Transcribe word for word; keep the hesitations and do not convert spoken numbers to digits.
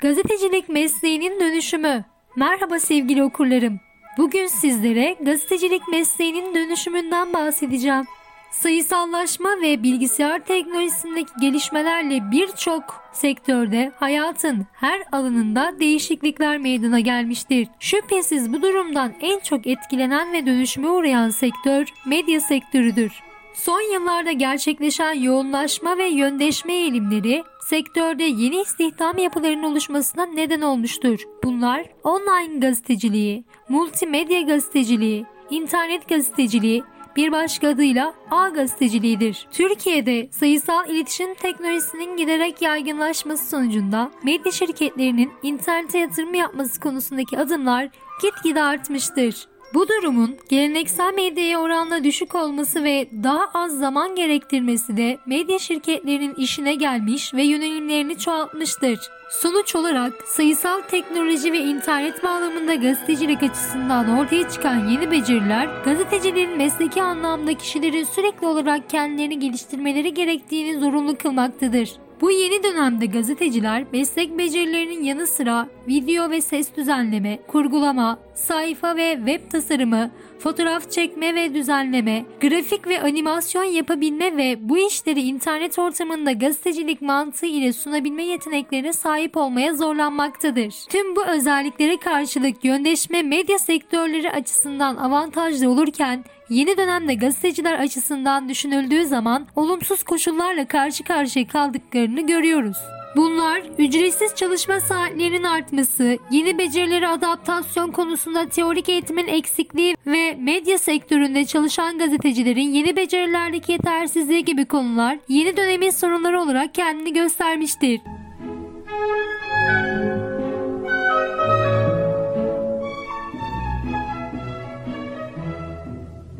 Gazetecilik mesleğinin dönüşümü. Merhaba sevgili okurlarım. Bugün sizlere gazetecilik mesleğinin dönüşümünden bahsedeceğim. Sayısallaşma ve bilgisayar teknolojisindeki gelişmelerle birçok sektörde hayatın her alanında değişiklikler meydana gelmiştir. Şüphesiz bu durumdan en çok etkilenen ve dönüşüme uğrayan sektör medya sektörüdür. Son yıllarda gerçekleşen yoğunlaşma ve yöndeşme eğilimleri sektörde yeni istihdam yapılarının oluşmasına neden olmuştur. Bunlar online gazeteciliği, multimedya gazeteciliği, internet gazeteciliği, bir başka adıyla ağ gazeteciliğidir. Türkiye'de sayısal iletişim teknolojisinin giderek yaygınlaşması sonucunda medya şirketlerinin internete yatırım yapması konusundaki adımlar gitgide artmıştır. Bu durumun geleneksel medyaya oranla düşük olması ve daha az zaman gerektirmesi de medya şirketlerinin işine gelmiş ve yönelimlerini çoğaltmıştır. Sonuç olarak sayısal teknoloji ve internet bağlamında gazetecilik açısından ortaya çıkan yeni beceriler, gazeteciliğin mesleki anlamda kişilerin sürekli olarak kendilerini geliştirmeleri gerektiğini zorunlu kılmaktadır. Bu yeni dönemde gazeteciler meslek becerilerinin yanı sıra video ve ses düzenleme, kurgulama, sayfa ve web tasarımı, fotoğraf çekme ve düzenleme, grafik ve animasyon yapabilme ve bu işleri internet ortamında gazetecilik mantığı ile sunabilme yeteneklerine sahip olmaya zorlanmaktadır. Tüm bu özelliklere karşılık yöndeşme medya sektörleri açısından avantajlı olurken, yeni dönemde gazeteciler açısından düşünüldüğü zaman olumsuz koşullarla karşı karşıya kaldıklarını görüyoruz. Bunlar ücretsiz çalışma saatlerinin artması, yeni becerilere adaptasyon konusunda teorik eğitimin eksikliği ve medya sektöründe çalışan gazetecilerin yeni becerilerdeki yetersizliği gibi konular yeni dönemin sorunları olarak kendini göstermiştir.